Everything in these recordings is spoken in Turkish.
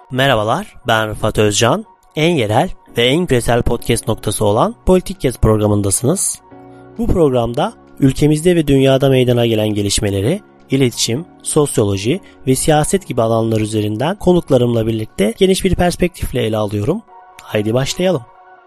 Merhabalar, ben Rıfat Özcan. En yerel ve en küresel podcast noktası olan Politikez programındasınız. Bu programda ülkemizde ve dünyada meydana gelen gelişmeleri, iletişim, sosyoloji ve siyaset gibi alanlar üzerinden konuklarımla birlikte geniş bir perspektifle ele alıyorum. Haydi başlayalım.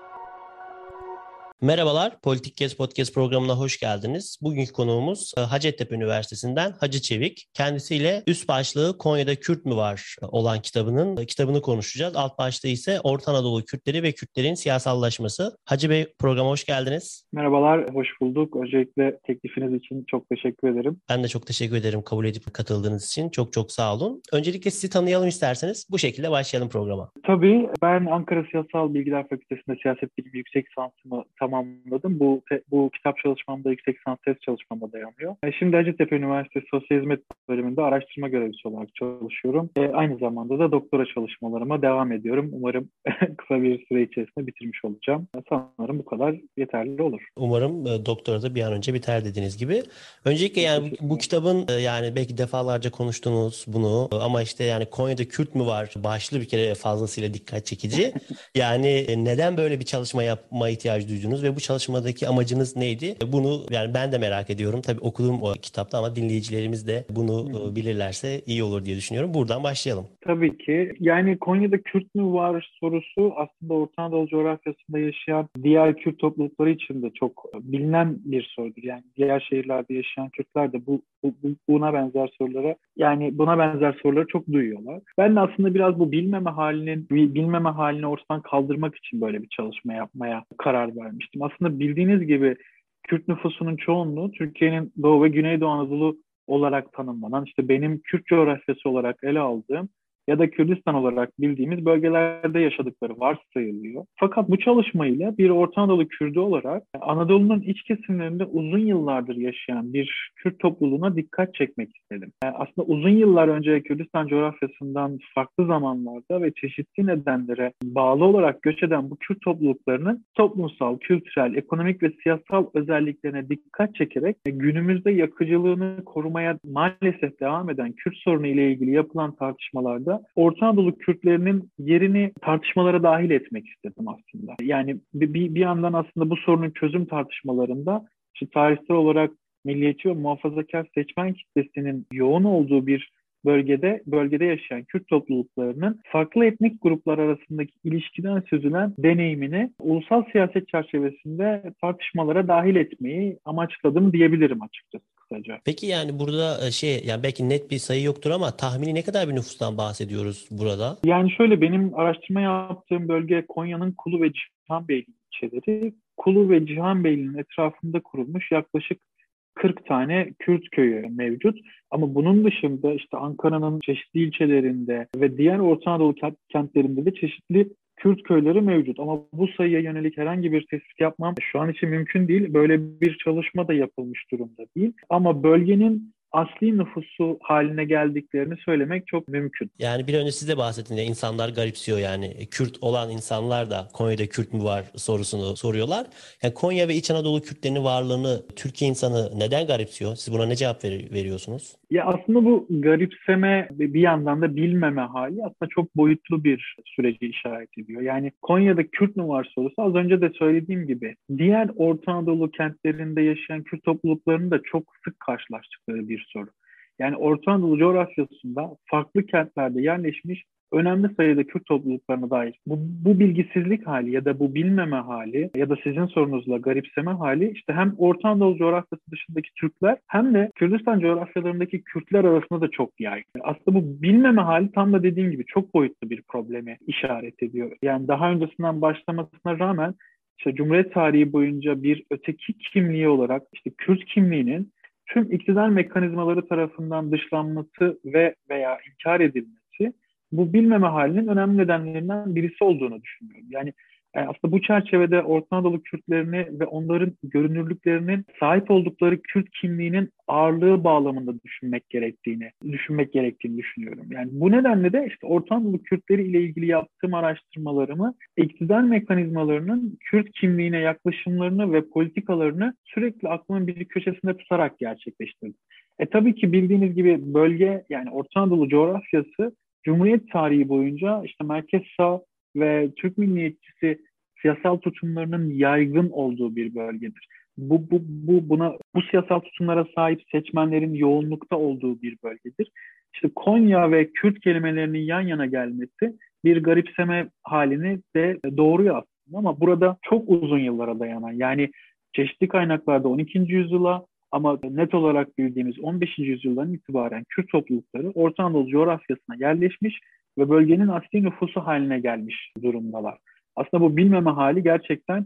Merhabalar, Politikez Podcast programına hoş geldiniz. Bugünkü konuğumuz Hacettepe Üniversitesi'nden Hacı Çevik. Kendisiyle üst başlığı Konya'da Kürt mü var olan kitabını konuşacağız. Alt başlığı ise Orta Anadolu Kürtleri ve Kürtlerin siyasallaşması. Hacı Bey, programa hoş geldiniz. Merhabalar, hoş bulduk. Öncelikle teklifiniz için çok teşekkür ederim. Ben de çok teşekkür ederim kabul edip katıldığınız için. Çok çok sağ olun. Öncelikle sizi tanıyalım isterseniz. Bu şekilde başlayalım programa. Tabii, ben Ankara Siyasal Bilgiler Fakültesi'nde siyaset bilimi yüksek lisansımı tamamladım. Bu kitap çalışmamda yüksek lisans tez çalışmama dayanıyor. Şimdi Hacettepe Üniversitesi Sosyal Hizmet Bölümünde araştırma görevlisi olarak çalışıyorum. Aynı zamanda da doktora çalışmalarıma devam ediyorum. Umarım kısa bir süre içerisinde bitirmiş olacağım. Sanırım bu kadar yeterli olur. Umarım doktora da bir an önce biter dediğiniz gibi. Öncelikle yani bu kitabın yani belki defalarca konuştuğunuz bunu ama işte yani Konya'da Kürt mü var başlığı bir kere fazlasıyla dikkat çekici. Yani neden böyle bir çalışma yapma ihtiyacı duydunuz ve bu çalışmadaki amacınız neydi? Bunu yani ben de merak ediyorum. Tabii okuduğum o kitapta ama dinleyicilerimiz de bunu bilirlerse iyi olur diye düşünüyorum. Buradan başlayalım. Tabii ki. Yani Konya'da Kürt mü var sorusu aslında Orta Anadolu coğrafyasında yaşayan diğer Kürt toplulukları için de çok bilinen bir sorudur. Yani diğer şehirlerde yaşayan Kürtler de buna benzer soruları çok duyuyorlar. Ben de aslında biraz bu bilmeme halini ortadan kaldırmak için böyle bir çalışma yapmaya karar vermiştim. Aslında bildiğiniz gibi Kürt nüfusunun çoğunluğu Türkiye'nin Doğu ve Güneydoğu Anadolu olarak tanımlanan, işte benim Kürt coğrafyası olarak ele aldığım ya da Kürdistan olarak bildiğimiz bölgelerde yaşadıkları varsayılıyor. Fakat bu çalışmayla bir Orta Anadolu Kürdü olarak Anadolu'nun iç kesimlerinde uzun yıllardır yaşayan bir Kürt topluluğuna dikkat çekmek istedim. Aslında uzun yıllar önce Kürdistan coğrafyasından farklı zamanlarda ve çeşitli nedenlere bağlı olarak göç eden bu Kürt topluluklarının toplumsal, kültürel, ekonomik ve siyasal özelliklerine dikkat çekerek günümüzde yakıcılığını korumaya maalesef devam eden Kürt sorunu ile ilgili yapılan tartışmalarda Orta Anadolu Kürtlerinin yerini tartışmalara dahil etmek istedim aslında. Yani bir yandan aslında bu sorunun çözüm tartışmalarında işte tarihsel olarak milliyetçi ve muhafazakar seçmen kitlesinin yoğun olduğu bir bölgede yaşayan Kürt topluluklarının farklı etnik gruplar arasındaki ilişkiden süzülen deneyimini ulusal siyaset çerçevesinde tartışmalara dahil etmeyi amaçladım diyebilirim açıkçası. Kısaca. Peki yani burada yani belki net bir sayı yoktur ama tahmini ne kadar bir nüfustan bahsediyoruz burada? Yani şöyle, benim araştırma yaptığım bölge Konya'nın Kulu ve Cihanbeyli ilçeleri. Kulu ve Cihanbeyli'nin etrafında kurulmuş yaklaşık 40 tane Kürt köyü mevcut. Ama bunun dışında işte Ankara'nın çeşitli ilçelerinde ve diğer Orta Anadolu kentlerinde de çeşitli Kürt köyleri mevcut. Ama bu sayıya yönelik herhangi bir tespit yapmam şu an için mümkün değil. Böyle bir çalışma da yapılmış durumda değil. Ama bölgenin asli nüfusu haline geldiklerini söylemek çok mümkün. Yani bir önce siz de bahsettiniz ya insanlar garipsiyor yani Kürt olan insanlar da Konya'da Kürt mü var sorusunu soruyorlar. Yani Konya ve İç Anadolu Kürtlerinin varlığını Türkiye insanı neden garipsiyor? Siz buna ne cevap veriyorsunuz? Ya aslında bu garipseme ve bir yandan da bilmeme hali aslında çok boyutlu bir süreci işaret ediyor. Yani Konya'da Kürt mü var sorusu, az önce de söylediğim gibi diğer Orta Anadolu kentlerinde yaşayan Kürt topluluklarının da çok sık karşılaştıkları bir soru. Yani Orta Anadolu coğrafyasında farklı kentlerde yerleşmiş önemli sayıda Kürt topluluklarına dair bu bilgisizlik hali ya da bu bilmeme hali ya da sizin sorunuzla garipseme hali işte hem Orta Anadolu coğrafyası dışındaki Türkler hem de Kürdistan coğrafyalarındaki Kürtler arasında da çok yaygın. Aslında bu bilmeme hali tam da dediğim gibi çok boyutlu bir probleme işaret ediyor. Yani daha öncesinden başlamasına rağmen işte Cumhuriyet tarihi boyunca bir öteki kimliği olarak işte Kürt kimliğinin tüm iktidar mekanizmaları tarafından dışlanması veya inkar edilmesi bu bilmeme halinin önemli nedenlerinden birisi olduğunu düşünüyorum. Yani aslında bu çerçevede Orta Anadolu Kürtlerini ve onların görünürlüklerinin sahip oldukları Kürt kimliğinin ağırlığı bağlamında düşünmek gerektiğini düşünüyorum. Yani bu nedenle de işte Orta Anadolu Kürtleri ile ilgili yaptığım araştırmalarımı iktidar mekanizmalarının Kürt kimliğine yaklaşımlarını ve politikalarını sürekli aklımın bir köşesinde tutarak gerçekleştirdim. Tabii ki bildiğiniz gibi bölge, yani Orta Anadolu coğrafyası Cumhuriyet tarihi boyunca işte merkez sağ ve Türk milliyetçisi siyasal tutumlarının yaygın olduğu bir bölgedir. Bu siyasal tutumlara sahip seçmenlerin yoğunlukta olduğu bir bölgedir. İşte Konya ve Kürt kelimelerinin yan yana gelmesi bir garipseme halini de doğuruyor aslında, ama burada çok uzun yıllara dayanan, yani çeşitli kaynaklarda 12. yüzyıla ama net olarak bildiğimiz 15. yüzyıldan itibaren Kürt toplulukları Orta Anadolu coğrafyasına yerleşmiş ve bölgenin asli nüfusu haline gelmiş durumdalar. Aslında bu bilmeme hali gerçekten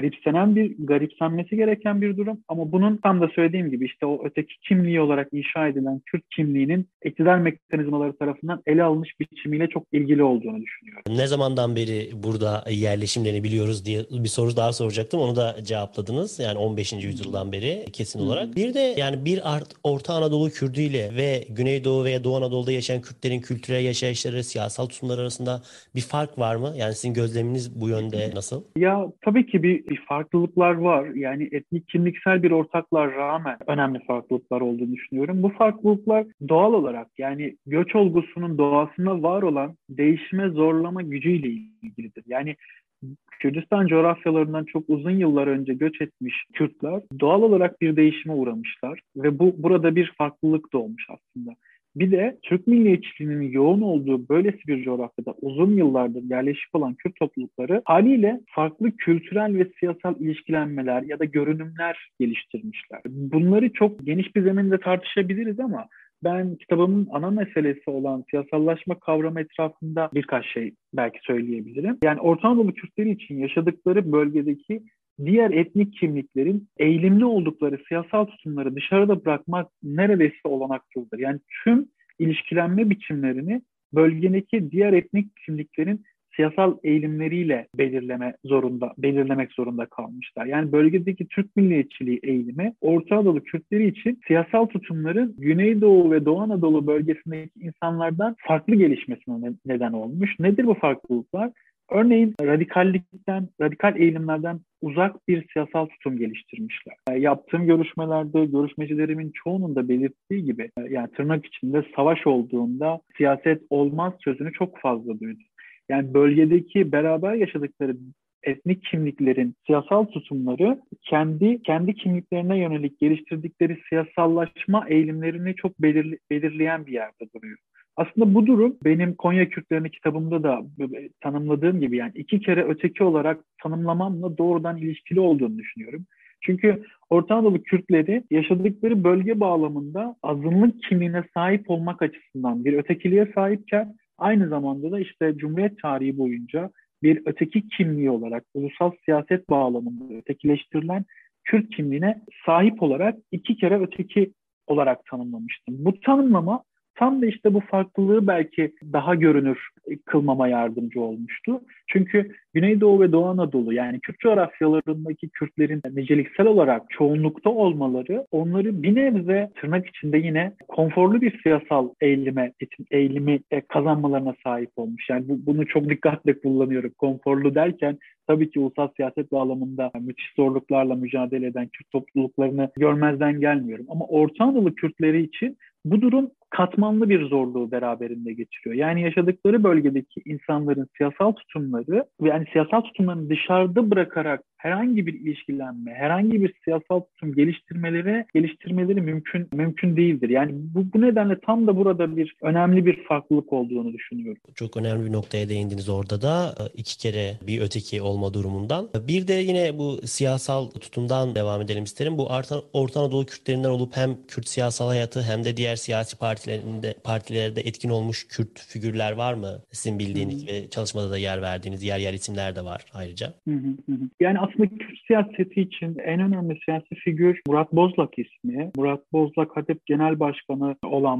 garipsenmesi gereken bir durum, ama bunun tam da söylediğim gibi işte o öteki kimliği olarak inşa edilen Kürt kimliğinin iktidar mekanizmaları tarafından ele alınmış biçimiyle çok ilgili olduğunu düşünüyorum. Ne zamandan beri burada yerleşimlerini biliyoruz diye bir soru daha soracaktım. Onu da cevapladınız. Yani 15. yüzyıldan beri kesin olarak. Bir de yani Orta Anadolu Kürdü ile ve Güneydoğu veya Doğu Anadolu'da yaşayan Kürtlerin kültürel yaşayışları, siyasal tutumları arasında bir fark var mı? Yani sizin gözleminiz bu yönde nasıl? Ya tabii ki bir farklılıklar var. Yani etnik kimliksel bir ortaklığa rağmen önemli farklılıklar olduğunu düşünüyorum. Bu farklılıklar doğal olarak, yani göç olgusunun doğasında var olan değişime zorlama gücüyle ilgilidir. Yani Kürdistan coğrafyalarından çok uzun yıllar önce göç etmiş Kürtler doğal olarak bir değişime uğramışlar ve burada bir farklılık doğmuş aslında. Bir de Türk milliyetçiliğinin yoğun olduğu böylesi bir coğrafyada uzun yıllardır yerleşik olan Kürt toplulukları haliyle farklı kültürel ve siyasal ilişkilenmeler ya da görünümler geliştirmişler. Bunları çok geniş bir zeminde tartışabiliriz, ama ben kitabımın ana meselesi olan siyasallaşma kavramı etrafında birkaç şey belki söyleyebilirim. Yani Orta Anadolu Kürtleri için yaşadıkları bölgedeki diğer etnik kimliklerin eğilimli oldukları siyasal tutumları dışarıda bırakmak neredeyse olanaksızdır. Yani tüm ilişkilenme biçimlerini bölgedeki diğer etnik kimliklerin siyasal eğilimleriyle belirlemek zorunda kalmışlar. Yani bölgedeki Türk milliyetçiliği eğilimi Orta Anadolu Kürtleri için siyasal tutumların Güneydoğu ve Doğu Anadolu bölgesindeki insanlardan farklı gelişmesine neden olmuş. Nedir bu farklılıklar? Örneğin radikal eğilimlerden uzak bir siyasal tutum geliştirmişler. Yaptığım görüşmelerde görüşmecilerimin çoğunun da belirttiği gibi, yani tırnak içinde savaş olduğunda siyaset olmaz sözünü çok fazla duydum. Yani bölgedeki beraber yaşadıkları etnik kimliklerin siyasal tutumları kendi kimliklerine yönelik geliştirdikleri siyasallaşma eğilimlerini çok belirleyen bir yerde duruyor. Aslında bu durum benim Konya Kürtlerini kitabımda da tanımladığım gibi, yani iki kere öteki olarak tanımlamamla doğrudan ilişkili olduğunu düşünüyorum. Çünkü Orta Anadolu Kürtleri yaşadıkları bölge bağlamında azınlık kimliğine sahip olmak açısından bir ötekiliğe sahipken, aynı zamanda da işte Cumhuriyet tarihi boyunca bir öteki kimliği olarak ulusal siyaset bağlamında ötekileştirilen Kürt kimliğine sahip olarak iki kere öteki olarak tanımlamıştım. Bu tanımlama tam da işte bu farklılığı belki daha görünür kılmama yardımcı olmuştu. Çünkü Güneydoğu ve Doğu Anadolu, yani Kürt coğrafyalarındaki Kürtlerin niceliksel olarak çoğunlukta olmaları onları bir nebze tırnak içinde yine konforlu bir siyasal eğilimi kazanmalarına sahip olmuş. Yani bunu çok dikkatle kullanıyorum. Konforlu derken tabii ki ulusal siyaset bağlamında müthiş zorluklarla mücadele eden Kürt topluluklarını görmezden gelmiyorum. Ama Orta Anadolu Kürtleri için bu durum katmanlı bir zorluğu beraberinde getiriyor. Yani yaşadıkları bölgedeki insanların siyasal tutumları ve yani siyasal tutumlarını dışarıda bırakarak herhangi bir ilişkilenme, herhangi bir siyasal tutum geliştirmeleri mümkün değildir. Yani bu nedenle tam da burada önemli bir farklılık olduğunu düşünüyorum. Çok önemli bir noktaya değindiniz orada da. İki kere bir öteki olma durumundan. Bir de yine bu siyasal tutumdan devam edelim isterim. Bu Orta Anadolu Kürtlerinden olup hem Kürt siyasal hayatı hem de diğer siyasi partilerde etkin olmuş Kürt figürler var mı? Sizin bildiğiniz ve çalışmada da yer verdiğiniz yer isimler de var ayrıca. Yani aslında Kürt siyaseti için en önemli siyasi figür Murat Bozlak ismi. Murat Bozlak HADEP Genel Başkanı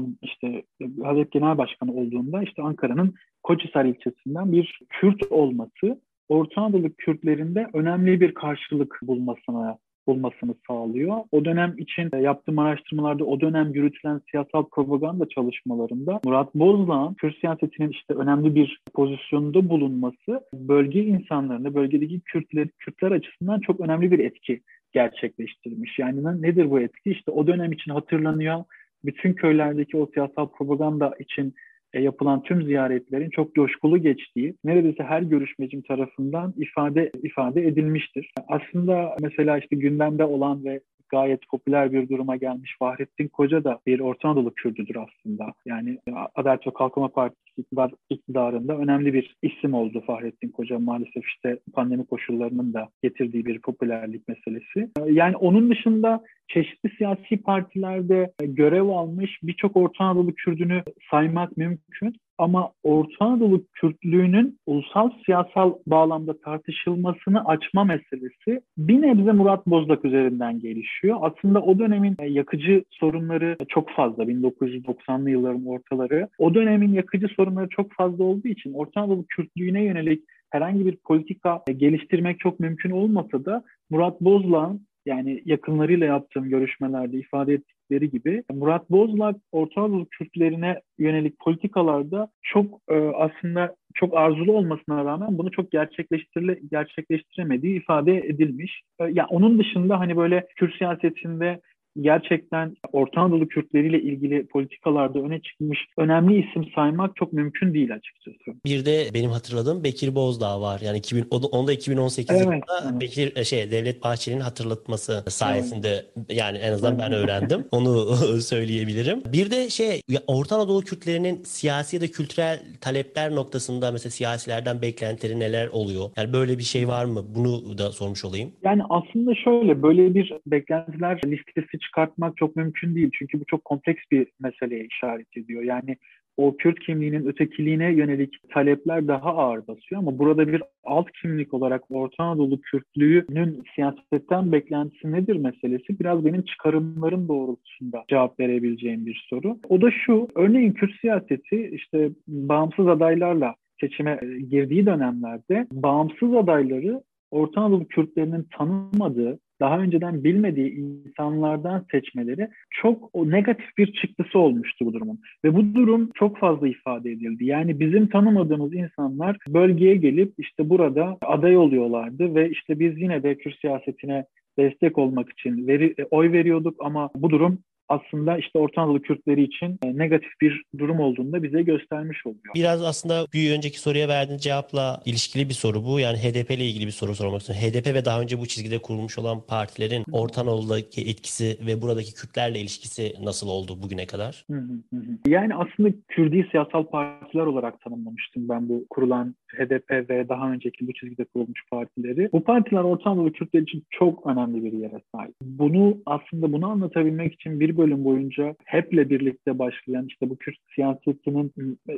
HADEP Genel Başkanı olduğunda işte Ankara'nın Koçhisar ilçesinden bir Kürt olması Orta Anadolu Kürtlerinde önemli bir karşılık bulmasını sağlıyor. O dönem için yaptığım araştırmalarda o dönem yürütülen siyasal propaganda çalışmalarında Murat Bozlak'ın Kürt siyasetinin işte önemli bir pozisyonda bulunması bölge insanlarını, bölgedeki Kürtler açısından çok önemli bir etki gerçekleştirmiş. Yani nedir bu etki? İşte o dönem için hatırlanıyor. Bütün köylerdeki o siyasal propaganda için yapılan tüm ziyaretlerin çok coşkulu geçtiği, neredeyse her görüşmecim tarafından ifade edilmiştir. Aslında mesela işte gündemde olan ve gayet popüler bir duruma gelmiş Fahrettin Koca da bir Orta Anadolu Kürdüdür aslında. Yani Adalet ve Kalkınma Partisi iktidarında önemli bir isim oldu Fahrettin Koca. Maalesef işte pandemi koşullarının da getirdiği bir popülerlik meselesi. Yani onun dışında çeşitli siyasi partilerde görev almış birçok Orta Anadolu Kürdünü saymak mümkün. Ama Orta Anadolu Kürtlüğünün ulusal siyasal bağlamda tartışılmasını açma meselesi bir nebze Murat Bozlak üzerinden gelişiyor. Aslında o dönemin yakıcı sorunları çok fazla, 1990'lı yılların ortaları. O dönemin yakıcı sorunları çok fazla olduğu için Orta Anadolu Kürtlüğüne yönelik herhangi bir politika geliştirmek çok mümkün olmasa da Murat Bozlak'ın, yani yakınlarıyla yaptığım görüşmelerde ifade ettikleri gibi, Murat Bozlak Orta Anadolu Kürtlerine yönelik politikalarda çok aslında çok arzulu olmasına rağmen bunu çok gerçekleştiremediği ifade edilmiş. Ya onun dışında hani böyle Kürt siyasetinde gerçekten Orta Anadolu Kürtleriyle ilgili politikalarda öne çıkmış önemli isim saymak çok mümkün değil açıkçası. Bir de benim hatırladığım Bekir Bozdağ var. Yani onu da 2018 Evet, yılında evet, Devlet Bahçeli'nin hatırlatması evet, sayesinde yani en azından ben evet. öğrendim. Onu söyleyebilirim. Bir de Orta Anadolu Kürtlerinin siyasi ya da kültürel talepler noktasında mesela siyasilerden beklentileri neler oluyor? Yani böyle bir şey var mı? Bunu da sormuş olayım. Yani aslında şöyle, böyle bir beklentiler listesi çıkartmak çok mümkün değil. Çünkü bu çok kompleks bir meseleye işaret ediyor. Yani o Kürt kimliğinin ötekiliğine yönelik talepler daha ağır basıyor ama burada bir alt kimlik olarak Orta Anadolu Kürtlüğünün siyasetten beklentisi nedir meselesi biraz benim çıkarımlarım doğrultusunda cevap verebileceğim bir soru. O da şu, örneğin Kürt siyaseti işte bağımsız adaylarla seçime girdiği dönemlerde bağımsız adayları Orta Anadolu Kürtlerinin tanımadığı, daha önceden bilmediği insanlardan seçmeleri çok negatif bir çıktısı olmuştu bu durumun. Ve bu durum çok fazla ifade edildi. Yani bizim tanımadığımız insanlar bölgeye gelip işte burada aday oluyorlardı ve işte biz yine de Kürt siyasetine destek olmak için oy veriyorduk ama bu durum aslında işte Orta Anadolu Kürtleri için negatif bir durum olduğunu da bize göstermiş oluyor. Biraz aslında bir önceki soruya verdiğin cevapla ilişkili bir soru bu. Yani HDP ile ilgili bir soru sormak istiyorum. HDP ve daha önce bu çizgide kurulmuş olan partilerin Orta Anadolu'daki etkisi ve buradaki Kürtlerle ilişkisi nasıl oldu bugüne kadar? Hı hı hı. Yani aslında Kürdi siyasal partiler olarak tanımlamıştım ben bu kurulan HDP ve daha önceki bu çizgide kurulmuş partileri. Bu partiler Orta Anadolu Kürtler için çok önemli bir yere sahip. Bunu anlatabilmek için bir bölüm boyunca HEP'le birlikte başlayan işte bu Kürt siyasetinin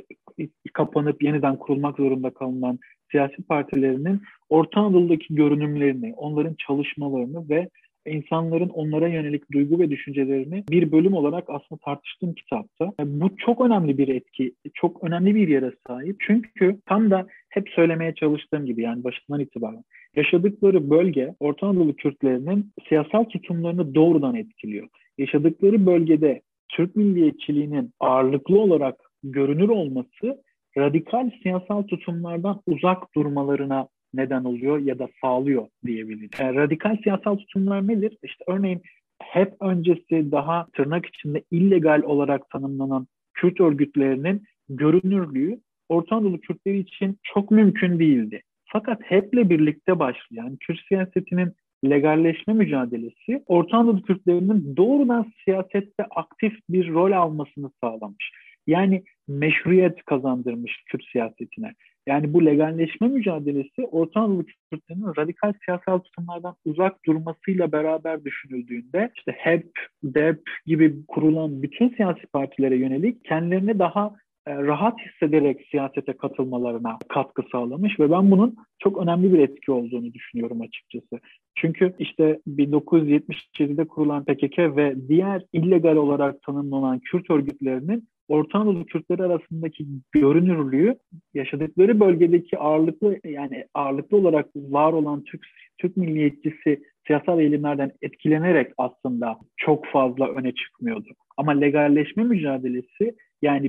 kapanıp yeniden kurulmak zorunda kalınan siyasi partilerinin Orta Anadolu'daki görünümlerini, onların çalışmalarını ve insanların onlara yönelik duygu ve düşüncelerini bir bölüm olarak aslında tartıştığım kitapta. Bu çok önemli bir etki, çok önemli bir yere sahip. Çünkü tam da hep söylemeye çalıştığım gibi yani başından itibaren yaşadıkları bölge Orta Anadolu Kürtlerinin siyasal tutumlarını doğrudan etkiliyor. Yaşadıkları bölgede Türk milliyetçiliğinin ağırlıklı olarak görünür olması radikal siyasal tutumlardan uzak durmalarına neden oluyor ya da sağlıyor diyebiliriz. Radikal siyasal tutumlar nedir? İşte örneğin hep öncesi daha tırnak içinde illegal olarak tanımlanan Kürt örgütlerinin görünürlüğü Orta Anadolu Kürtleri için çok mümkün değildi. Fakat HEP'le birlikte başlayan Kürt siyasetinin legalleşme mücadelesi Orta Anadolu Kürtlerinin doğrudan siyasette aktif bir rol almasını sağlamış. Yani meşruiyet kazandırmış Kürt siyasetine. Yani bu legalleşme mücadelesi Orta Anadolu Kürtlerinin radikal siyasal tutumlardan uzak durmasıyla beraber düşünüldüğünde işte HEP, DEP gibi kurulan bütün siyasi partilere yönelik kendilerini daha rahat hissederek siyasete katılmalarına katkı sağlamış ve ben bunun çok önemli bir etki olduğunu düşünüyorum açıkçası. Çünkü işte 1977'de kurulan PKK ve diğer illegal olarak tanımlanan Kürt örgütlerinin Orta Anadolu Kürtleri arasındaki görünürlüğü yaşadıkları bölgedeki ağırlıklı olarak var olan Türk milliyetçisi siyasal eğilimlerden etkilenerek aslında çok fazla öne çıkmıyordu. Ama legalleşme mücadelesi yani bir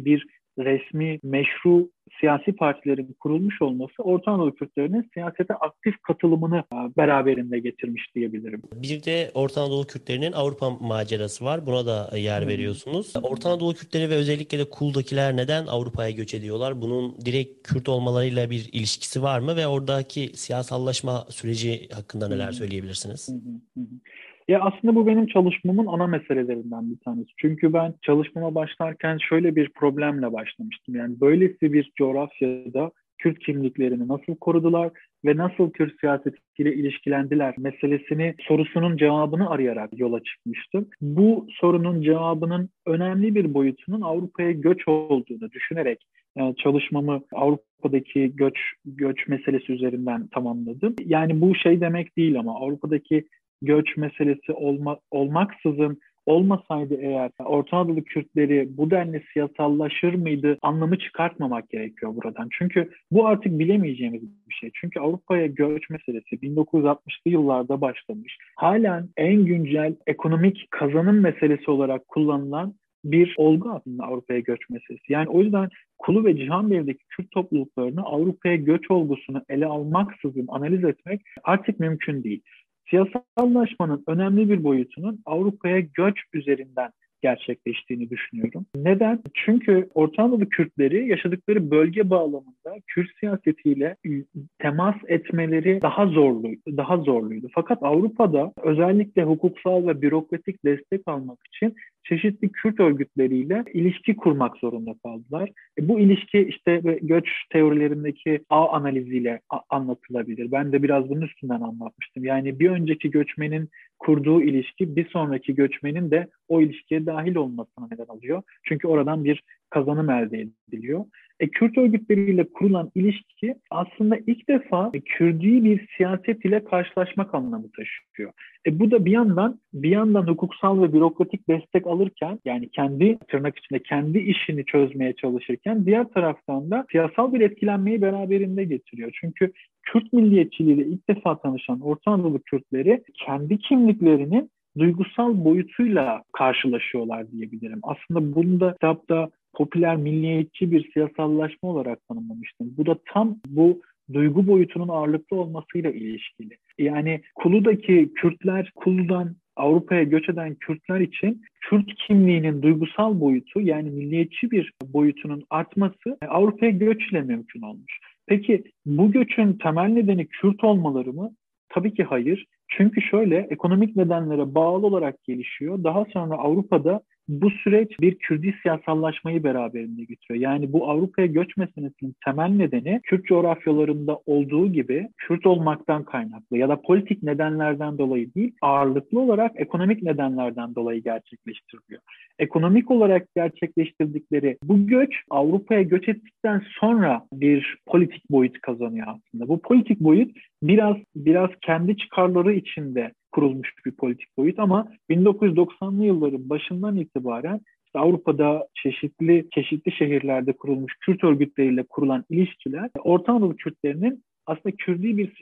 resmi, meşru siyasi partilerin kurulmuş olması Orta Anadolu Kürtlerinin siyasete aktif katılımını beraberinde getirmiş diyebilirim. Bir de Orta Anadolu Kürtlerinin Avrupa macerası var. Buna da yer veriyorsunuz. Orta Anadolu Kürtleri ve özellikle de Kul'dakiler neden Avrupa'ya göç ediyorlar? Bunun direkt Kürt olmalarıyla bir ilişkisi var mı ve oradaki siyasallaşma süreci hakkında neler söyleyebilirsiniz? Ya aslında bu benim çalışmamın ana meselelerinden bir tanesi. Çünkü ben çalışmama başlarken şöyle bir problemle başlamıştım. Yani böylesi bir coğrafyada Kürt kimliklerini nasıl korudular ve nasıl Kürt siyasetiyle ilişkilendiler meselesini sorusunun cevabını arayarak yola çıkmıştım. Bu sorunun cevabının önemli bir boyutunun Avrupa'ya göç olduğunu düşünerek çalışmamı Avrupa'daki göç meselesi üzerinden tamamladım. Yani bu şey demek değil ama Avrupa'daki göç meselesi olmaksızın olmasaydı eğer Orta Anadolu Kürtleri bu denli siyasallaşır mıydı anlamı çıkartmamak gerekiyor buradan. Çünkü bu artık bilemeyeceğimiz bir şey. Çünkü Avrupa'ya göç meselesi 1960'lı yıllarda başlamış. Halen en güncel ekonomik kazanım meselesi olarak kullanılan bir olgu aslında Avrupa'ya göç meselesi. Yani o yüzden Kulu ve Cihanbeyli'deki Kürt topluluklarını Avrupa'ya göç olgusunu ele almaksızın analiz etmek artık mümkün değil. Siyasallaşmanın önemli bir boyutunun Avrupa'ya göç üzerinden gerçekleştiğini düşünüyorum. Neden? Çünkü Orta Anadolu Kürtleri yaşadıkları bölge bağlamında Kürt siyasetiyle temas etmeleri daha zorluydu. Fakat Avrupa'da özellikle hukuksal ve bürokratik destek almak için çeşitli Kürt örgütleriyle ilişki kurmak zorunda kaldılar. Bu ilişki işte göç teorilerindeki ağ analiziyle anlatılabilir. Ben de biraz bunun üstünden anlatmıştım. Yani bir önceki göçmenin kurduğu ilişki bir sonraki göçmenin de o ilişkiye dahil olmasına neden oluyor. Çünkü oradan bir kazanım elde ediliyor. Kürt örgütleriyle kurulan ilişki aslında ilk defa Kürdi bir siyaset ile karşılaşmak anlamı taşıyor. Bu da bir yandan hukuksal ve bürokratik destek alırken yani kendi tırnak içinde kendi işini çözmeye çalışırken diğer taraftan da siyasal bir etkilenmeyi beraberinde getiriyor. Çünkü Kürt milliyetçiliğiyle ilk defa tanışan Orta Anadolu Kürtleri kendi kimliklerinin duygusal boyutuyla karşılaşıyorlar diyebilirim. Aslında bunu da kitapta popüler milliyetçi bir siyasallaşma olarak tanımlamıştım. Bu da tam bu duygu boyutunun ağırlıklı olmasıyla ilişkili. Yani Kulu'daki Kürtler, Kulu'dan Avrupa'ya göç eden Kürtler için Kürt kimliğinin duygusal boyutu yani milliyetçi bir boyutunun artması Avrupa'ya göçle mümkün olmuş. Peki bu göçün temel nedeni Kürt olmaları mı? Tabii ki hayır. Çünkü şöyle ekonomik nedenlere bağlı olarak gelişiyor. Daha sonra Avrupa'da bu süreç bir Kürdi siyasallaşmayı beraberinde getiriyor. Yani bu Avrupa'ya göç meselesinin temel nedeni Kürt coğrafyalarında olduğu gibi Kürt olmaktan kaynaklı ya da politik nedenlerden dolayı değil, ağırlıklı olarak ekonomik nedenlerden dolayı gerçekleştiriliyor. Ekonomik olarak gerçekleştirdikleri bu göç Avrupa'ya göç ettikten sonra bir politik boyut kazanıyor aslında. Bu politik boyut biraz kendi çıkarları içinde kurulmuş bir politik boyut ama 1990'lı yılların başından itibaren işte Avrupa'da çeşitli şehirlerde kurulmuş Kürt örgütleriyle kurulan ilişkiler Orta Anadolu Kürtlerinin aslında Kürdi bir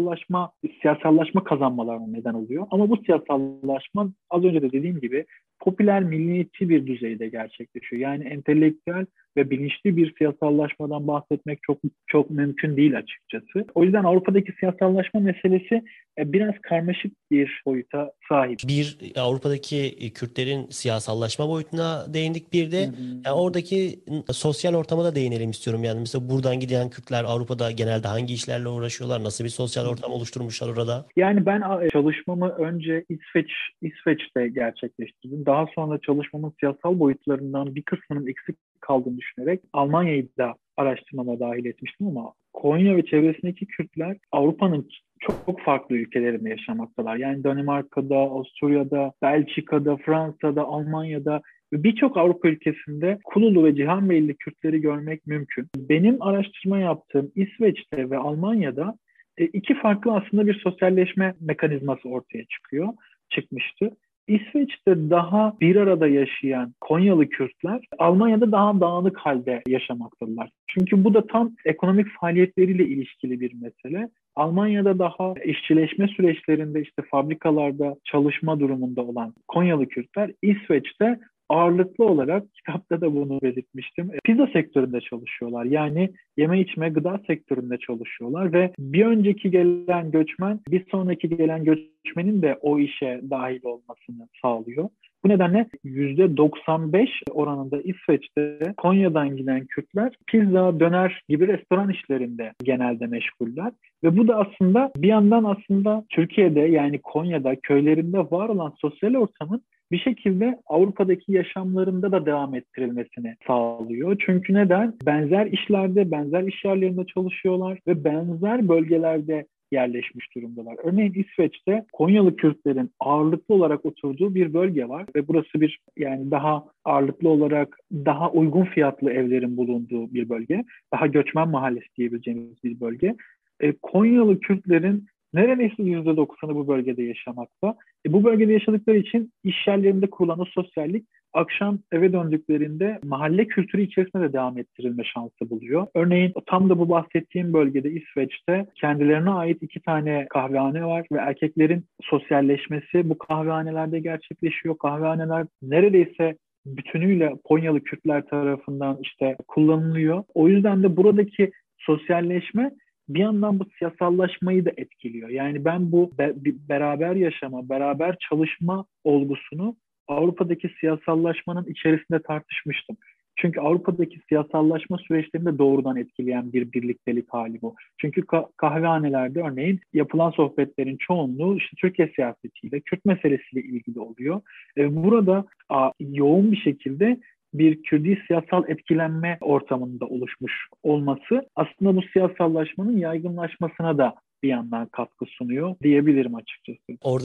siyasallaşma kazanmalarına neden oluyor. Ama bu siyasallaşma az önce de dediğim gibi popüler milliyetçi bir düzeyde gerçekleşiyor. Yani entelektüel ve bilinçli bir siyasallaşmadan bahsetmek çok çok mümkün değil açıkçası. O yüzden Avrupa'daki siyasallaşma meselesi biraz karmaşık bir boyuta sahip. Bir Avrupa'daki Kürtlerin siyasallaşma boyutuna değindik. Bir de Hı yani hı. oradaki sosyal ortama da değinelim istiyorum. Yani mesela buradan giden Kürtler Avrupa'da genelde hangi işlerle uğraşıyorlar? Nasıl bir sosyal ortam oluşturmuşlar orada? Yani ben çalışmamı önce İsveç'te gerçekleştirdim. Daha sonra çalışmamın siyasal boyutlarından bir kısmının eksik kaldığını düşünerek Almanya'yı da araştırmama dahil etmiştim ama Konya ve çevresindeki Kürtler Avrupa'nın çok farklı ülkelerinde yaşamaktalar. Yani Danimarka'da, Avusturya'da, Belçika'da, Fransa'da, Almanya'da ve birçok Avrupa ülkesinde Kululu ve Cihanbeyli Kürtleri görmek mümkün. Benim araştırma yaptığım İsveç'te ve Almanya'da iki farklı aslında bir sosyalleşme mekanizması ortaya çıkmıştı. İsveç'te daha bir arada yaşayan Konyalı Kürtler Almanya'da daha dağınık halde yaşamaktadılar. Çünkü bu da tam ekonomik faaliyetleriyle ilişkili bir mesele. Almanya'da daha işçileşme süreçlerinde işte fabrikalarda çalışma durumunda olan Konyalı Kürtler İsveç'te ağırlıklı olarak kitapta da bunu belirtmiştim. Pizza sektöründe çalışıyorlar. Yani yeme içme gıda sektöründe çalışıyorlar ve bir önceki gelen göçmen bir sonraki gelen göçmenin de o işe dahil olmasını sağlıyor. Bu nedenle %95 oranında İsveç'te Konya'dan giden Kürtler pizza, döner gibi restoran işlerinde genelde meşguller. Ve bu da aslında bir yandan aslında Türkiye'de yani Konya'da köylerinde var olan sosyal ortamın bir şekilde Avrupa'daki yaşamlarında da devam ettirilmesini sağlıyor. Çünkü neden? Benzer işlerde, benzer iş yerlerinde çalışıyorlar ve benzer bölgelerde yerleşmiş durumdalar. Örneğin İsveç'te Konyalı Kürtlerin ağırlıklı olarak oturduğu bir bölge var ve burası bir yani daha ağırlıklı olarak daha uygun fiyatlı evlerin bulunduğu bir bölge. Daha göçmen mahallesi diyebileceğimiz bir bölge. Konyalı Kürtlerin neredeyse %90'ı bu bölgede yaşamakta. Bu bölgede yaşadıkları için iş yerlerinde kurulan o sosyallik akşam eve döndüklerinde mahalle kültürü içerisinde de devam ettirilme şansı buluyor. Örneğin tam da bu bahsettiğim bölgede İsveç'te kendilerine ait 2 tane kahvehane var ve erkeklerin sosyalleşmesi bu kahvehanelerde gerçekleşiyor. Kahvehaneler neredeyse bütünüyle Konyalı Kürtler tarafından işte kullanılıyor. O yüzden de buradaki sosyalleşme bir yandan bu siyasallaşmayı da etkiliyor. Yani ben bu beraber yaşama, beraber çalışma olgusunu Avrupa'daki siyasallaşmanın içerisinde tartışmıştım. Çünkü Avrupa'daki siyasallaşma süreçlerini de doğrudan etkileyen bir birliktelik hali bu. Çünkü kahvehanelerde örneğin yapılan sohbetlerin çoğunluğu işte Türkiye siyasetiyle, Kürt meselesiyle ilgili oluyor. Burada yoğun bir şekilde bir Kürdi siyasal etkilenme ortamında oluşmuş olması aslında bu siyasallaşmanın yaygınlaşmasına da bir yandan katkı sunuyor diyebilirim açıkçası.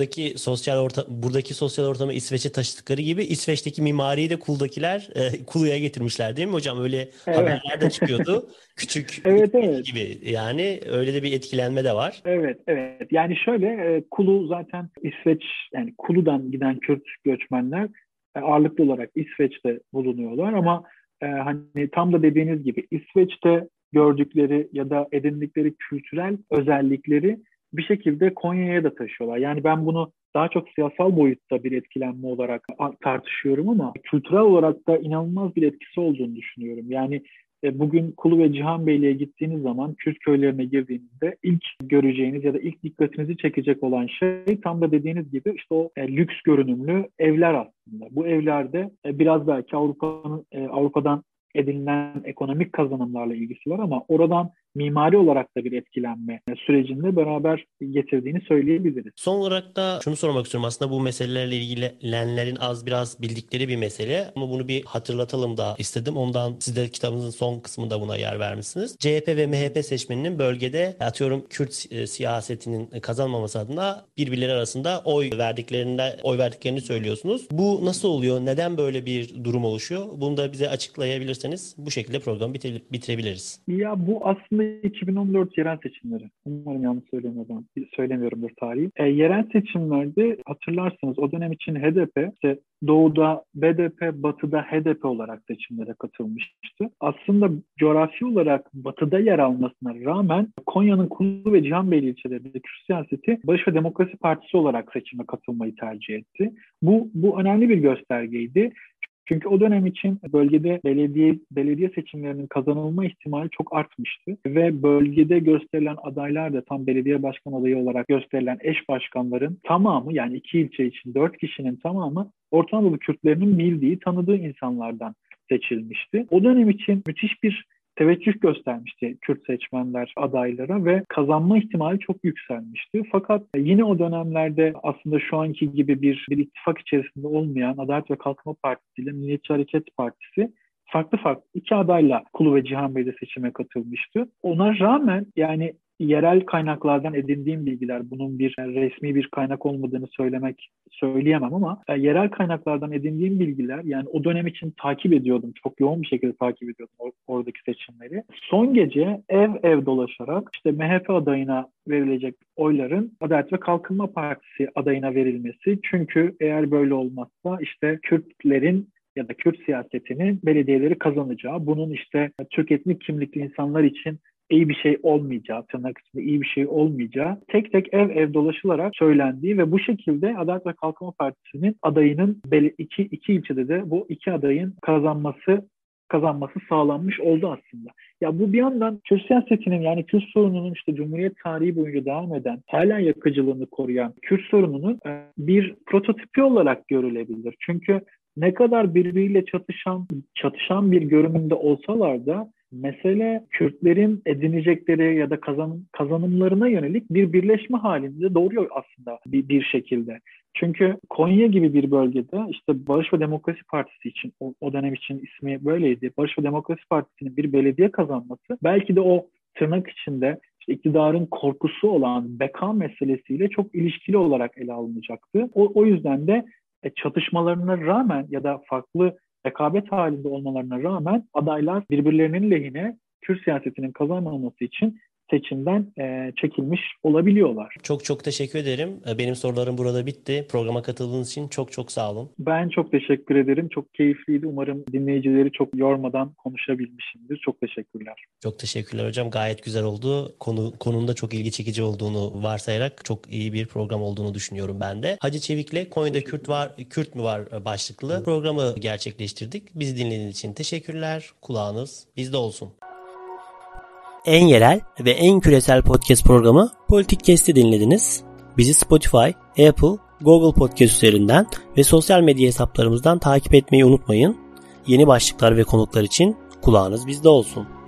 Buradaki sosyal ortamı İsveç'e taşıdıkları gibi İsveç'teki mimariyi de Kul'dakiler Kulu'ya getirmişler değil mi hocam? Öyle Evet. haberler de çıkıyordu. Küçük Evet, İsveç evet. gibi yani öyle de bir etkilenme de var. Evet, evet. Yani şöyle Kulu zaten İsveç yani Kulu'dan giden Kürt göçmenler ağırlıklı olarak İsveç'te bulunuyorlar ama hani tam da dediğiniz gibi İsveç'te gördükleri ya da edindikleri kültürel özellikleri bir şekilde Konya'ya da taşıyorlar. Yani ben bunu daha çok siyasal boyutta bir etkilenme olarak tartışıyorum ama kültürel olarak da inanılmaz bir etkisi olduğunu düşünüyorum. Yani bugün Kulu ve Cihanbeyli'ye gittiğiniz zaman Kürt köylerine girdiğinizde ilk göreceğiniz ya da ilk dikkatinizi çekecek olan şey tam da dediğiniz gibi işte o lüks görünümlü evler aslında. Bu evlerde biraz belki Avrupa'dan edinilen ekonomik kazanımlarla ilgisi var ama oradan mimari olarak da bir etkilenme sürecinde beraber getirdiğini söyleyebiliriz. Son olarak da şunu sormak istiyorum. Aslında bu meselelerle ilgilenenlerin az biraz bildikleri bir mesele ama bunu bir hatırlatalım da istedim. Ondan siz de kitabınızın son kısmında buna yer vermişsiniz. CHP ve MHP seçmeninin bölgede atıyorum Kürt siyasetinin kazanmaması adına birbirleri arasında oy verdiklerini söylüyorsunuz. Bu nasıl oluyor? Neden böyle bir durum oluşuyor? Bunu da bize açıklayabilirseniz bu şekilde programı bitirebiliriz. Ya bu aslında 2014 yerel seçimleri. Umarım yanlış söylemiyorumdur tarihi. Yerel seçimlerde hatırlarsınız o dönem için HDP, işte doğuda BDP, batıda HDP olarak seçimlere katılmıştı. Aslında coğrafi olarak batıda yer almasına rağmen Konya'nın Kulu ve Cihanbeyli ilçelerinde Kürt siyaseti Barış ve Demokrasi Partisi olarak seçime katılmayı tercih etti. Bu önemli bir göstergeydi. Çünkü o dönem için bölgede belediye seçimlerinin kazanılma ihtimali çok artmıştı. Ve bölgede gösterilen adaylar da tam belediye başkan adayı olarak gösterilen eş başkanların tamamı yani 2 ilçe için 4 kişinin tamamı Orta Anadolu Kürtlerinin bildiği, tanıdığı insanlardan seçilmişti. O dönem için müthiş bir teveccüh göstermişti Kürt seçmenler adaylara ve kazanma ihtimali çok yükselmişti. Fakat yine o dönemlerde aslında şu anki gibi bir ittifak içerisinde olmayan Adalet ve Kalkınma Partisi ile Milliyetçi Hareket Partisi farklı 2 adayla Kulu ve Cihanbeyli'de seçime katılmıştı. Ona rağmen yani yerel kaynaklardan edindiğim bilgiler, bunun bir resmi bir kaynak olmadığını söyleyemem ama yerel kaynaklardan edindiğim bilgiler yani o dönem için takip ediyordum. Çok yoğun bir şekilde takip ediyordum oradaki seçimleri. Son gece ev ev dolaşarak işte MHP adayına verilecek oyların Adalet ve Kalkınma Partisi adayına verilmesi. Çünkü eğer böyle olmazsa işte Kürtlerin ya da Kürt siyasetinin belediyeleri kazanacağı, bunun işte Türk etnik kimlikli insanlar için iyi bir şey olmayacağı, tırnak içinde iyi bir şey olmayacağı tek tek ev dolaşılarak söylendiği ve bu şekilde Adalet ve Kalkınma Partisi'nin adayının iki ilçede de bu iki adayın kazanması sağlanmış oldu aslında. Ya bu bir yandan Kürt siyasetinin, yani Kürt sorununun işte Cumhuriyet tarihi boyunca devam eden, hala yakıcılığını koruyan Kürt sorununun bir prototipi olarak görülebilir. Çünkü ne kadar birbiriyle çatışan bir görünümde olsalar da mesele Kürtlerin edinecekleri ya da kazanımlarına yönelik bir birleşme halinde doğuruyor aslında bir şekilde. Çünkü Konya gibi bir bölgede işte Barış ve Demokrasi Partisi için, o dönem için ismi böyleydi, Barış ve Demokrasi Partisi'nin bir belediye kazanması belki de o tırnak içinde işte iktidarın korkusu olan beka meselesiyle çok ilişkili olarak ele alınacaktı. O yüzden de çatışmalarına rağmen ya da farklı rekabet halinde olmalarına rağmen adaylar birbirlerinin lehine Kürt siyasetinin kazanmaması için seçimden çekilmiş olabiliyorlar. Çok çok teşekkür ederim. Benim sorularım burada bitti. Programa katıldığınız için çok çok sağ olun. Ben çok teşekkür ederim. Çok keyifliydi. Umarım dinleyicileri çok yormadan konuşabilmişimdir. Çok teşekkürler. Çok teşekkürler hocam. Gayet güzel oldu. Konunun da çok ilgi çekici olduğunu varsayarak çok iyi bir program olduğunu düşünüyorum ben de. Hacı Çevik'le Konya'da Kürt mü var başlıklı programı gerçekleştirdik. Bizi dinlediğiniz için teşekkürler. Kulağınız bizde olsun. En yerel ve en küresel podcast programı Politikcast'i dinlediniz. Bizi Spotify, Apple, Google Podcast üzerinden ve sosyal medya hesaplarımızdan takip etmeyi unutmayın. Yeni başlıklar ve konuklar için kulağınız bizde olsun.